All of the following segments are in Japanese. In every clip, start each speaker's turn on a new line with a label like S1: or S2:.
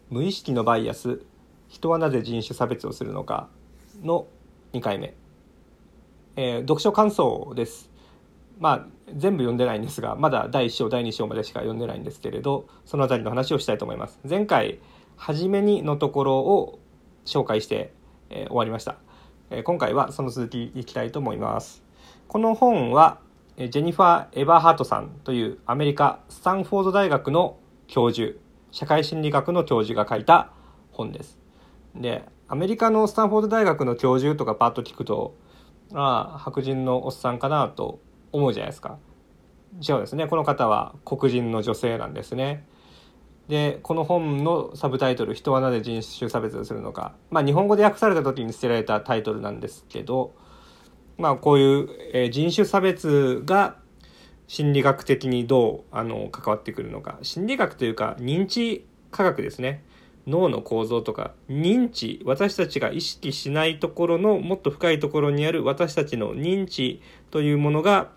S1: 無意識のバイアス、人はなぜ人種差別をするのかの2回目、読書感想です。全部読んでないんですが、まだ第1章第2章までしか読んでないんですけれど、そのあたりの話をしたいと思います。前回初めにのところを紹介して、終わりました。今回はその続きいきたいと思います。この本はジェニファー・エバーハートさんというアメリカスタンフォード大学の教授、社会心理学の教授が書いた本です。で、アメリカのスタンフォード大学の教授とかパッと聞くと、白人のおっさんかなと思うじゃないですか。違うんですね。この方は黒人の女性なんですね。で、この本のサブタイトル、人はなぜ人種差別をするのか、日本語で訳された時に捨てられたタイトルなんですけど、こういう、人種差別が心理学的にどう関わってくるのか、心理学というか認知科学ですね。脳の構造とか認知、私たちが意識しないところのもっと深いところにある私たちの認知というものが、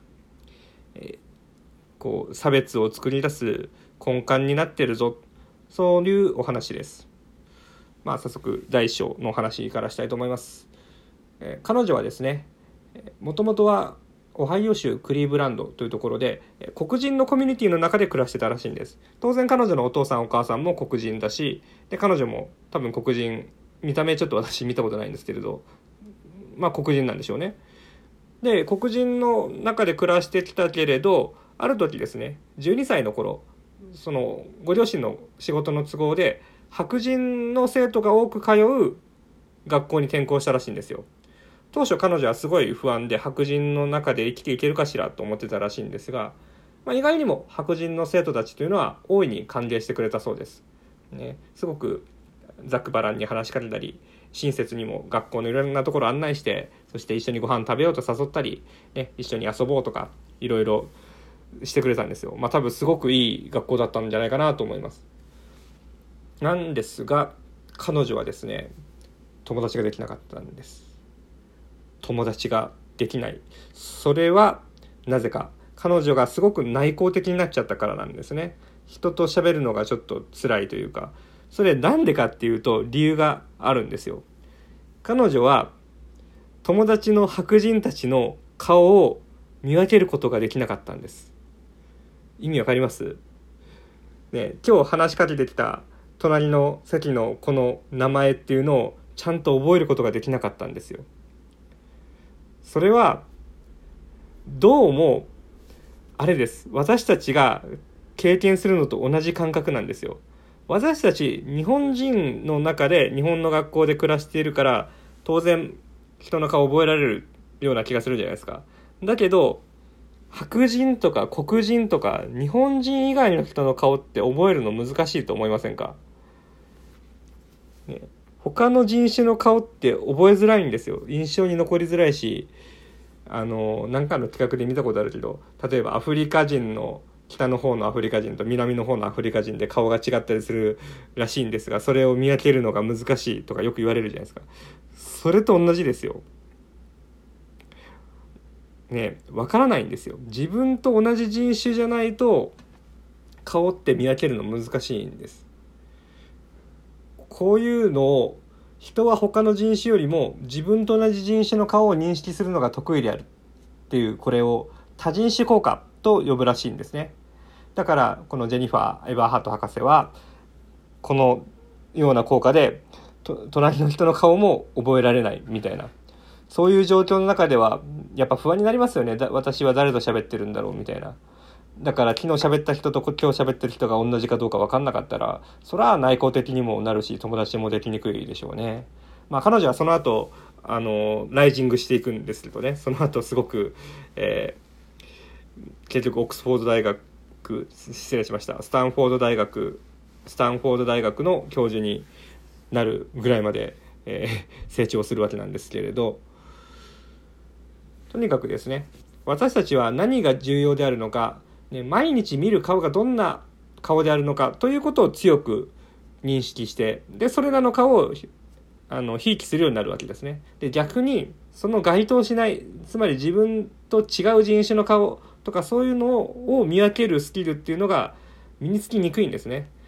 S1: 差別を作り出す根幹になっているぞ、そういうお話です。早速第一章のお話からしたいと思います。彼女はですね、もともとはオハイオ州クリーブランドというところで黒人のコミュニティの中で暮らしてたらしいんです。当然彼女のお父さんお母さんも黒人だし、で彼女も多分黒人、見た目ちょっと私見たことないんですけれど、黒人なんでしょうね。で、黒人の中で暮らしてきたけれど、ある時ですね、12歳の頃、そのご両親の仕事の都合で白人の生徒が多く通う学校に転校したらしいんですよ。当初彼女はすごい不安で、白人の中で生きていけるかしらと思ってたらしいんですが、意外にも白人の生徒たちというのは大いに歓迎してくれたそうです、すごくざっくばらんに話しかけたり、親切にも学校のいろんなところ案内して、そして一緒にご飯食べようと誘ったり、一緒に遊ぼうとかいろいろしてくれたんですよ。多分すごくいい学校だったんじゃないかなと思います。なんですが、彼女はですね、友達ができなかったんです。友達ができない。それはなぜか、彼女がすごく内向的になっちゃったからなんですね。人と喋るのがちょっと辛いというか、それなんでかっていうと理由があるんですよ。彼女は友達の白人たちの顔を見分けることができなかったんです。意味わかります？ね、今日話しかけてきた隣の席のこの名前っていうのをちゃんと覚えることができなかったんですよ。それはどうもあれです。私たちが経験するのと同じ感覚なんですよ。私たち日本人の中で日本の学校で暮らしているから、当然人の顔を覚えられるような気がするじゃないですか。だけど白人とか黒人とか日本人以外の人の顔って覚えるの難しいと思いませんか？他の人種の顔って覚えづらいんですよ。印象に残りづらいし、何かの企画で見たことあるけど、例えばアフリカ人の北の方のアフリカ人と南の方のアフリカ人で顔が違ったりするらしいんですが、それを見分けるのが難しいとかよく言われるじゃないですか。それと同じですよ。わからないんですよ。自分と同じ人種じゃないと顔って見分けるの難しいんです。こういうのを人は他の人種よりも自分と同じ人種の顔を認識するのが得意であるっていう、これを多人種効果と呼ぶらしいんですね。だからこのジェニファー・エバーハート博士はこのような効果で隣の人の顔も覚えられないみたいな、そういう状況の中ではやっぱ不安になりますよね。私は誰と喋ってるんだろうみたいな。だから昨日喋った人と今日喋ってる人が同じかどうか分かんなかったら、それは内向的にもなるし友達もできにくいでしょうね。彼女はその後ライジングしていくんですけどね、その後すごく、結局オックスフォード大学、失礼しました、スタンフォード大学の教授になるぐらいまで、成長するわけなんですけれど、とにかくですね、私たちは何が重要であるのか、毎日見る顔がどんな顔であるのかということを強く認識して、でそれらの顔をひいきするようになるわけですね。で逆にその該当しない、つまり自分と違う人種の顔とかそういうのを見分けるスキルっていうのが身につきにくいんですね。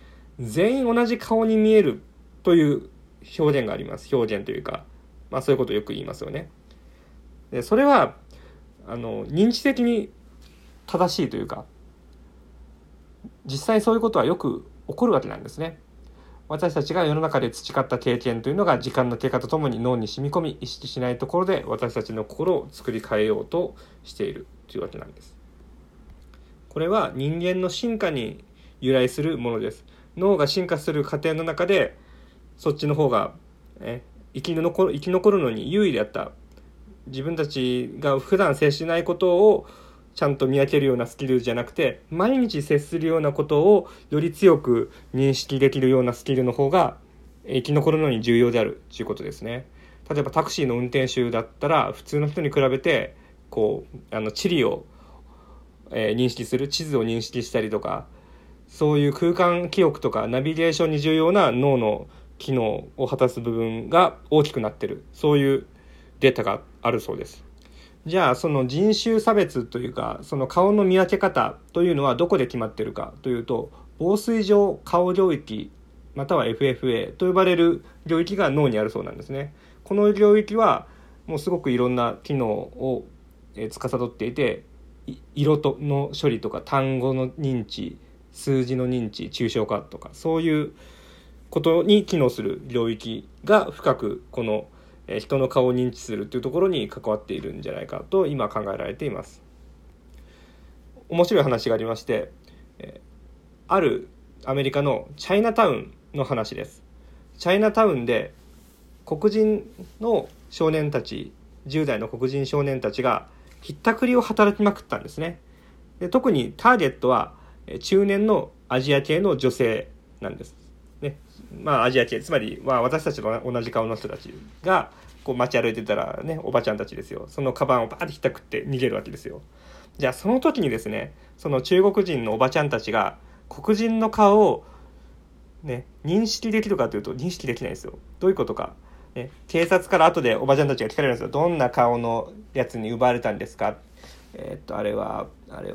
S1: 全員同じ顔に見えるという表現があります。表現というか、そういうことをよく言いますよね。でそれは認知的に正しいというか、実際そういうことはよく起こるわけなんですね。私たちが世の中で培った経験というのが時間の経過とともに脳に染み込み、意識しないところで私たちの心を作り変えようとしているというわけなんです。これは人間の進化に由来するものです。脳が進化する過程の中でそっちの方が、生き残るのに優位であった、自分たちが普段接しないことをちゃんと見分けるようなスキルじゃなくて、毎日接するようなことをより強く認識できるようなスキルの方が生き残るのに重要であるということですね。例えばタクシーの運転手だったら普通の人に比べて地理を、認識する、地図を認識したりとか、そういう空間記憶とかナビゲーションに重要な脳の機能を果たす部分が大きくなっている、そういうデータがあるそうです。じゃあその人種差別というか、その顔の見分け方というのはどこで決まっているかというと、紡錘状顔領域または FFA と呼ばれる領域が脳にあるそうなんですね。この領域はもうすごくいろんな機能を司っていて、色の処理とか単語の認知、数字の認知、抽象化とか、そういうことに機能する領域が深くこの人の顔を認知するというところに関わっているんじゃないかと今考えられています。面白い話がありまして、あるアメリカのチャイナタウンの話です。チャイナタウンで黒人の少年たち、10代の黒人少年たちがひったくりを働きまくったんですね。で特にターゲットは中年のアジア系の女性なんですね。アジア系、つまり私たちと同じ顔の人たちが街歩いてたらね、おばちゃんたちですよ、そのカバンをバーってひったくって逃げるわけですよ。じゃあその時にですね、その中国人のおばちゃんたちが黒人の顔を認識できるかというと認識できないんですよ。どういうことか、警察から後でおばちゃんたちが聞かれるんですよ。どんな顔のやつに奪われたんですか。あれは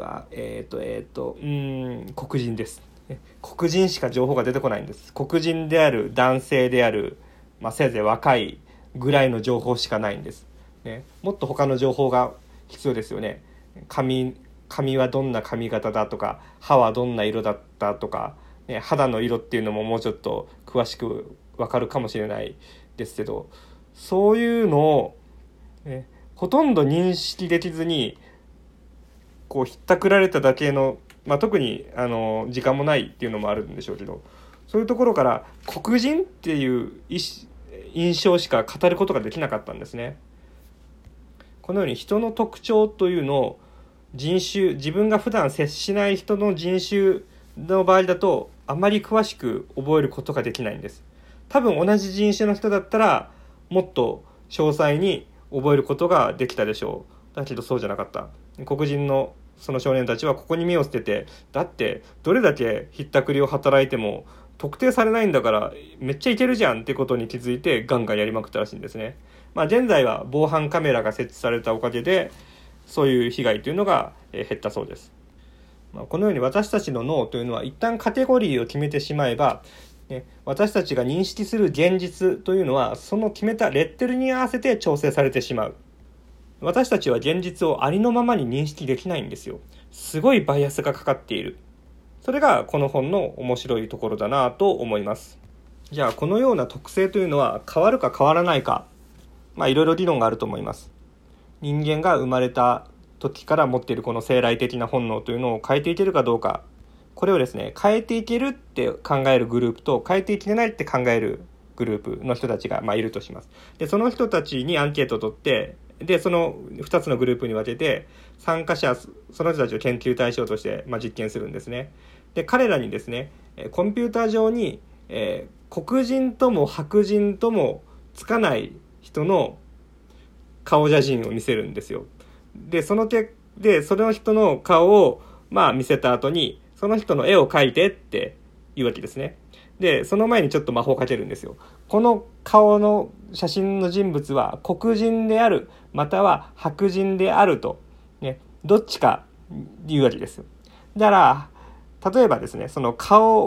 S1: 黒人です。黒人しか情報が出てこないんです。黒人である、男性である、せいぜい若いぐらいの情報しかないんです、もっと他の情報が必要ですよね。髪はどんな髪型だとか、歯はどんな色だったとか、肌の色っていうのももうちょっと詳しく分かるかもしれないですけど、そういうのを、ほとんど認識できずにひったくられただけの、特に時間もないっていうのもあるんでしょうけど、そういうところから黒人っていう印象しか語ることができなかったんですね。このように人の特徴というのを人種、自分が普段接しない人の人種の場合だとあまり詳しく覚えることができないんです。多分同じ人種の人だったらもっと詳細に覚えることができたでしょう。だけどそうじゃなかった。黒人のその少年たちはここに目を捨てて、だってどれだけひったくりを働いても特定されないんだからめっちゃいけるじゃんってことに気づいてガンガンやりまくったらしいんですね。現在は防犯カメラが設置されたおかげでそういう被害というのが減ったそうです。このように私たちの脳というのは一旦カテゴリーを決めてしまえば、私たちが認識する現実というのはその決めたレッテルに合わせて調整されてしまう。私たちは現実をありのままに認識できないんですよ。すごいバイアスがかかっている。それがこの本の面白いところだなと思います。じゃあこのような特性というのは変わるか変わらないか、いろいろ議論があると思います。人間が生まれた時から持っているこの生来的な本能というのを変えていけるかどうか、これをですね、変えていけるって考えるグループと変えていけないって考えるグループの人たちがいるとします。でその人たちにアンケートを取って、でその2つのグループに分けて参加者その人たちを研究対象として、実験するんですね。で彼らにですね、コンピューター上に、黒人とも白人ともつかない人の顔写真を見せるんですよ。でその人の顔を見せた後にその人の絵を描いてっていうわけですね。でその前にちょっと魔法をかけるんですよ。この顔の写真の人物は黒人であるまたは白人であると、どっちか言うわけですよ。だから例えばですね、その顔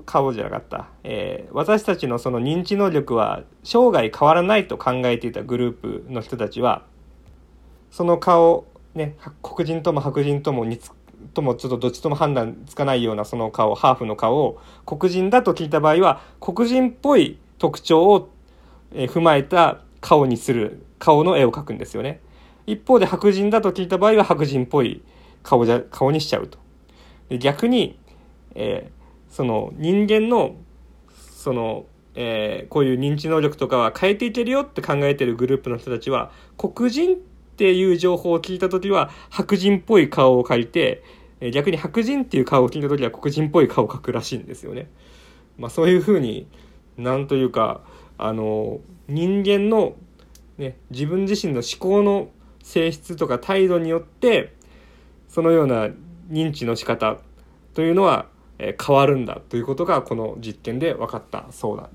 S1: 顔じゃなかった、私たちのその認知能力は生涯変わらないと考えていたグループの人たちは、その顔ね、黒人とも白人ともちょっとどっちとも判断つかないようなその顔、ハーフの顔を黒人だと聞いた場合は黒人っぽい特徴を踏まえた顔にする、顔の絵を描くんですよね。一方で白人だと聞いた場合は白人っぽい顔にしちゃうと。で逆に、その人間のその、こういう認知能力とかは変えていけるよって考えているグループの人たちは、黒人っていう情報を聞いた時は白人っぽい顔を描いて、逆に白人っていう顔を聞いた時は黒人っぽい顔を描くらしいんですよね。そういうふうになんというか人間の、ね、自分自身の思考の性質とか態度によってそのような認知の仕方というのは変わるんだということがこの実験で分かったそうなんです。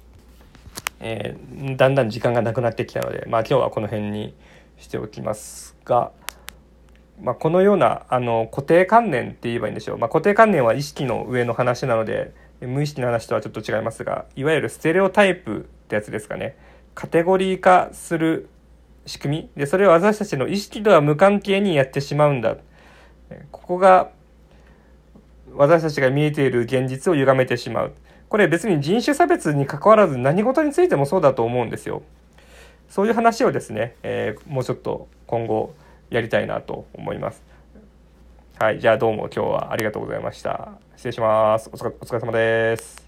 S1: だんだん時間がなくなってきたので、今日はこの辺にしておきますが、このような固定観念って言えばいいんでしょう。固定観念は意識の上の話なので無意識の話とはちょっと違いますが、いわゆるステレオタイプってやつですかね。カテゴリー化する仕組みで、それを私たちの意識とは無関係にやってしまうんだ。ここが私たちが見えている現実を歪めてしまう。これ別に人種差別に関わらず何事についてもそうだと思うんですよ。そういう話をですね、もうちょっと今後やりたいなと思います。はい、じゃあどうも今日はありがとうございました。失礼します。お疲れ様です。